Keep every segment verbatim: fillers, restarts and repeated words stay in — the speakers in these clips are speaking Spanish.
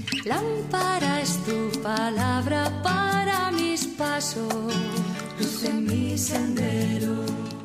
Lámpara es tu palabra para mis pasos, luz en mi sendero.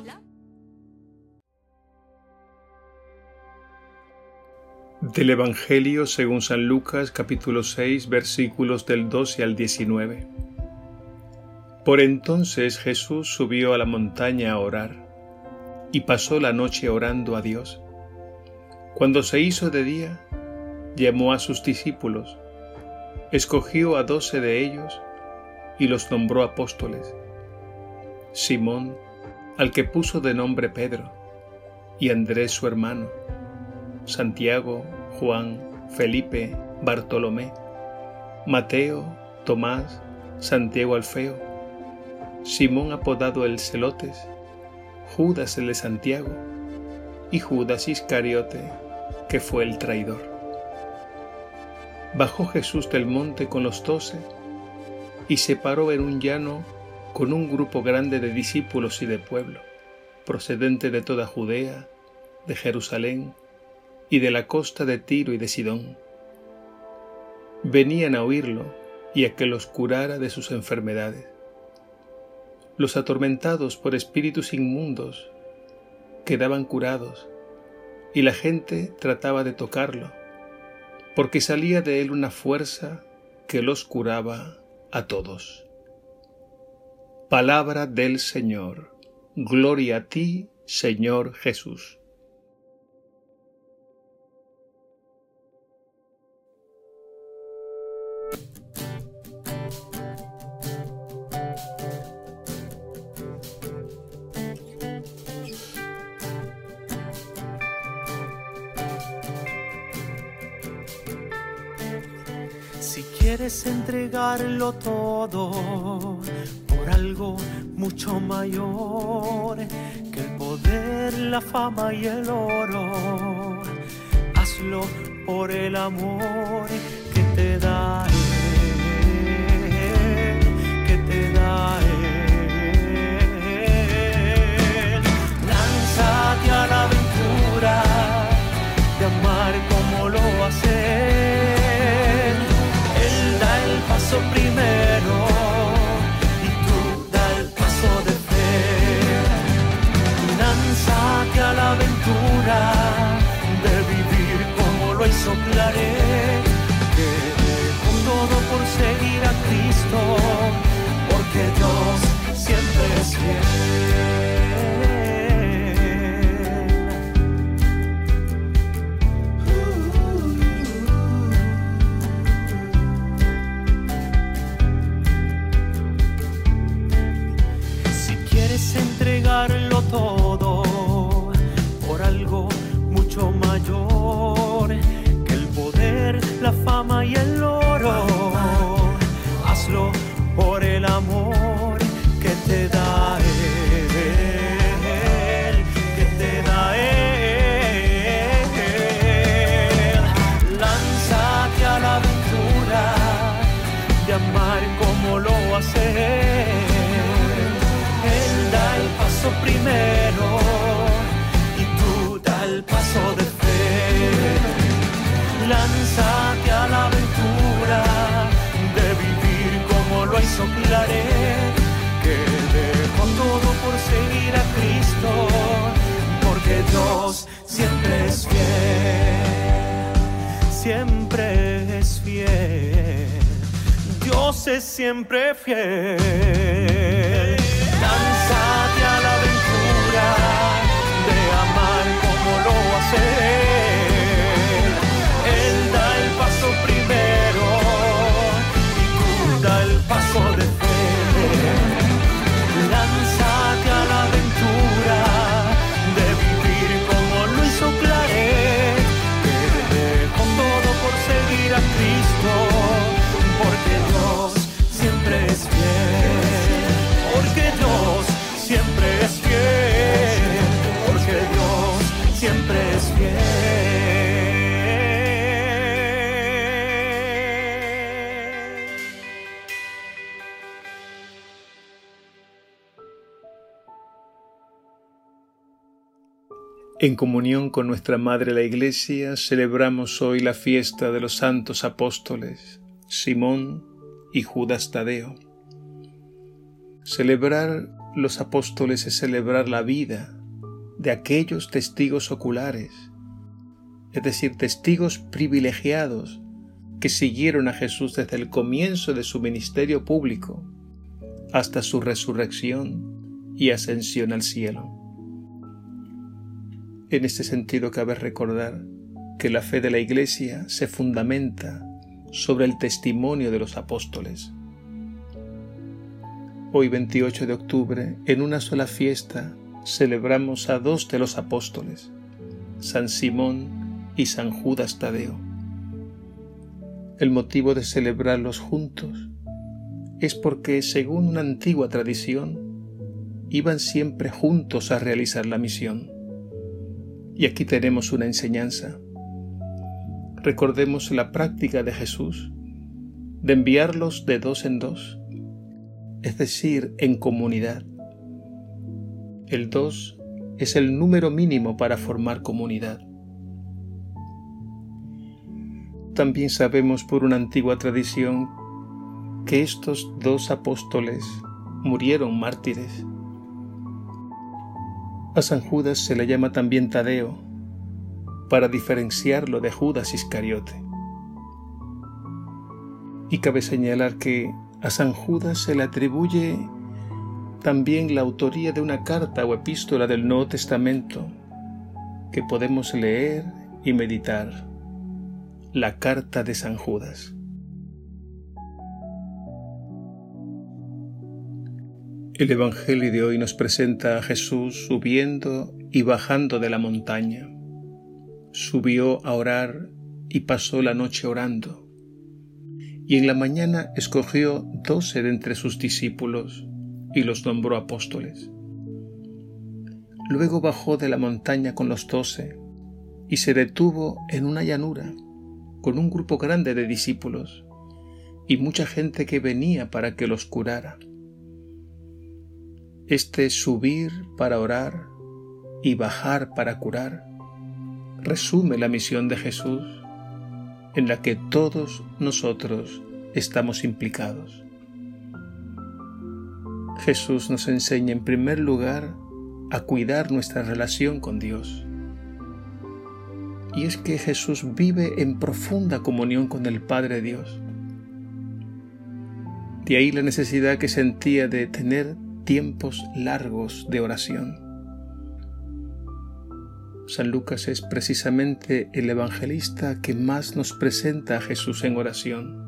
Del Evangelio según San Lucas, capítulo seis, versículos del doce al diecinueve. Por entonces Jesús subió a la montaña a orar, y pasó la noche orando a Dios. Cuando se hizo de día, llamó a sus discípulos, escogió a doce de ellos y los nombró apóstoles: Simón, al que puso de nombre Pedro, y Andrés su hermano, Santiago, Juan, Felipe, Bartolomé, Mateo, Tomás, Santiago Alfeo, Simón apodado el Celotes, Judas el de Santiago, y Judas Iscariote, que fue el traidor. Bajó Jesús del monte con los doce y se paró en un llano con un grupo grande de discípulos y de pueblo, procedente de toda Judea, de Jerusalén y de la costa de Tiro y de Sidón. Venían a oírlo y a que los curara de sus enfermedades. Los atormentados por espíritus inmundos quedaban curados, y la gente trataba de tocarlo, porque salía de él una fuerza que los curaba a todos. Palabra del Señor. Gloria a ti, Señor Jesús. Si quieres entregarlo todo por algo mucho mayor que el poder, la fama y el oro, hazlo por el amor que te da Él, que te da Él. Lánzate a la aventura de amar como lo hace. Paso primero y tú da el paso de fe. Lánzate a la aventura de vivir como lo hizo Claret, que dejó todo por seguir a Cristo, porque Dios siempre es fiel. Entregarlo todo por algo mucho mayor que el poder, la fama y el oro. Hazlo por el amor que te da Él, que te da Él. Lánzate a la aventura de amar como lo hace. Paso primero y tú da el paso de fe. Lánzate a la aventura de vivir como lo hizo Claret, que dejó todo por seguir a Cristo, porque Dios siempre es fiel, siempre es fiel. Dios es siempre fiel. Lánzate a la aventura de amar como lo hace Él. Él da el paso primero y tú da el paso de fe. Lánzate a la aventura de vivir como lo hizo Claret, que dejó todo por seguir a Cristo, porque Dios siempre es fiel. En comunión con nuestra Madre la Iglesia, celebramos hoy la fiesta de los santos apóstoles, Simón y Judas Tadeo. Celebrar los apóstoles es celebrar la vida de aquellos testigos oculares, es decir, testigos privilegiados que siguieron a Jesús desde el comienzo de su ministerio público hasta su resurrección y ascensión al cielo. En este sentido cabe recordar que la fe de la Iglesia se fundamenta sobre el testimonio de los apóstoles. Hoy, veintiocho de octubre, en una sola fiesta, celebramos a dos de los apóstoles, San Simón y San Judas Tadeo. El motivo de celebrarlos juntos es porque, según una antigua tradición, iban siempre juntos a realizar la misión. Y aquí tenemos una enseñanza. Recordemos la práctica de Jesús de enviarlos de dos en dos, es decir, en comunidad. El dos es el número mínimo para formar comunidad. También sabemos por una antigua tradición que estos dos apóstoles murieron mártires. A San Judas se le llama también Tadeo, para diferenciarlo de Judas Iscariote. Y cabe señalar que a San Judas se le atribuye también la autoría de una carta o epístola del Nuevo Testamento que podemos leer y meditar, la carta de San Judas. El Evangelio de hoy nos presenta a Jesús subiendo y bajando de la montaña. Subió a orar y pasó la noche orando. Y en la mañana escogió doce de entre sus discípulos y los nombró apóstoles. Luego bajó de la montaña con los doce y se detuvo en una llanura con un grupo grande de discípulos y mucha gente que venía para que los curara. Este subir para orar y bajar para curar resume la misión de Jesús en la que todos nosotros estamos implicados. Jesús nos enseña en primer lugar a cuidar nuestra relación con Dios. Y es que Jesús vive en profunda comunión con el Padre Dios. De ahí la necesidad que sentía de tener tiempos largos de oración. San Lucas es precisamente el evangelista que más nos presenta a Jesús en oración.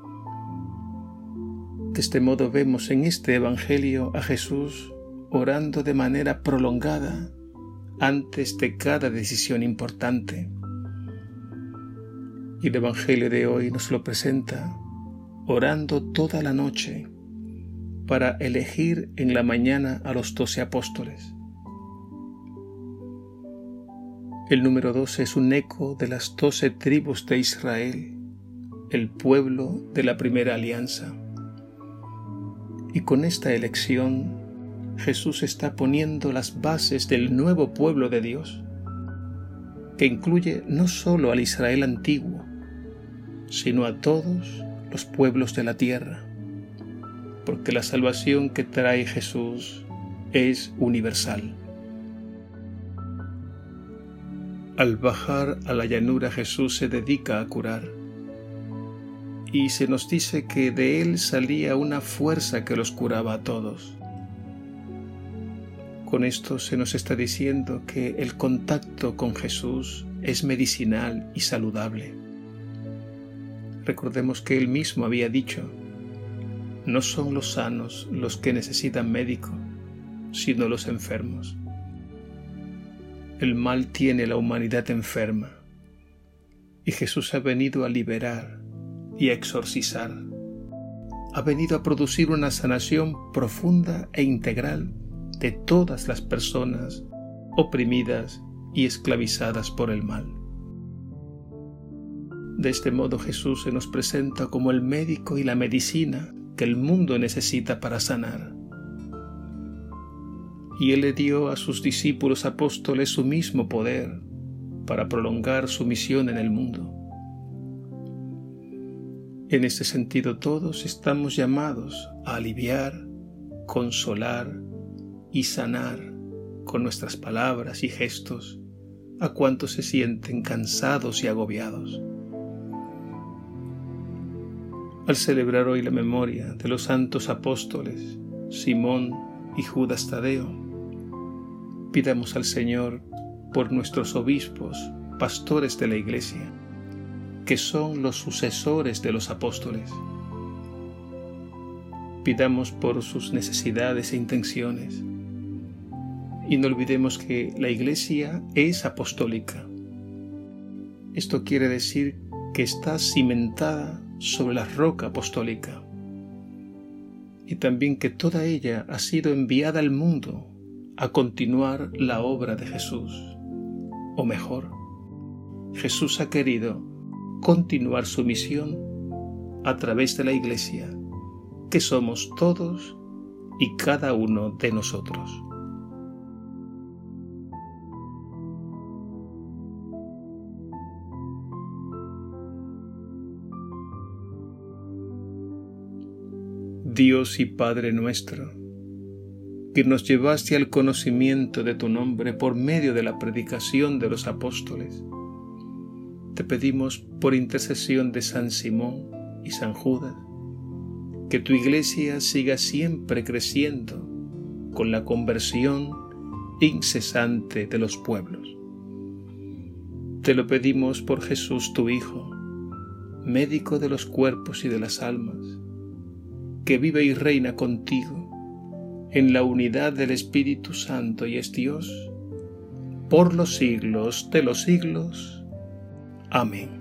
De este modo vemos en este evangelio a Jesús orando de manera prolongada antes de cada decisión importante. Y el evangelio de hoy nos lo presenta orando toda la noche para elegir en la mañana a los doce apóstoles. El número doce es un eco de las doce tribus de Israel, el pueblo de la primera alianza. Y con esta elección, Jesús está poniendo las bases del nuevo pueblo de Dios, que incluye no solo al Israel antiguo, sino a todos los pueblos de la tierra, porque la salvación que trae Jesús es universal. Al bajar a la llanura, Jesús se dedica a curar, y se nos dice que de él salía una fuerza que los curaba a todos. Con esto se nos está diciendo que el contacto con Jesús es medicinal y saludable. Recordemos que él mismo había dicho: no son los sanos los que necesitan médico, sino los enfermos. El mal tiene la humanidad enferma, y Jesús ha venido a liberar y a exorcizar. Ha venido a producir una sanación profunda e integral de todas las personas oprimidas y esclavizadas por el mal. De este modo Jesús se nos presenta como el médico y la medicina que el mundo necesita para sanar. y Él le dio a sus discípulos apóstoles su mismo poder para prolongar su misión en el mundo. En este sentido, todos estamos llamados a aliviar, consolar y sanar con nuestras palabras y gestos a cuantos se sienten cansados y agobiados. Al celebrar hoy la memoria de los santos apóstoles Simón y Judas Tadeo, pidamos al Señor por nuestros obispos, pastores de la Iglesia, que son los sucesores de los apóstoles. Pidamos por sus necesidades e intenciones. Y no olvidemos que la Iglesia es apostólica. Esto quiere decir que está cimentada sobre la roca apostólica. Y también que toda ella ha sido enviada al mundo a continuar la obra de Jesús. O mejor, Jesús ha querido continuar su misión a través de la Iglesia, que somos todos y cada uno de nosotros. Dios y Padre nuestro, que nos llevaste al conocimiento de tu nombre por medio de la predicación de los apóstoles, te pedimos por intercesión de San Simón y San Judas, que tu Iglesia siga siempre creciendo con la conversión incesante de los pueblos. Te lo pedimos por Jesús tu Hijo, médico de los cuerpos y de las almas, que vive y reina contigo en la unidad del Espíritu Santo y es Dios, por los siglos de los siglos. Amén.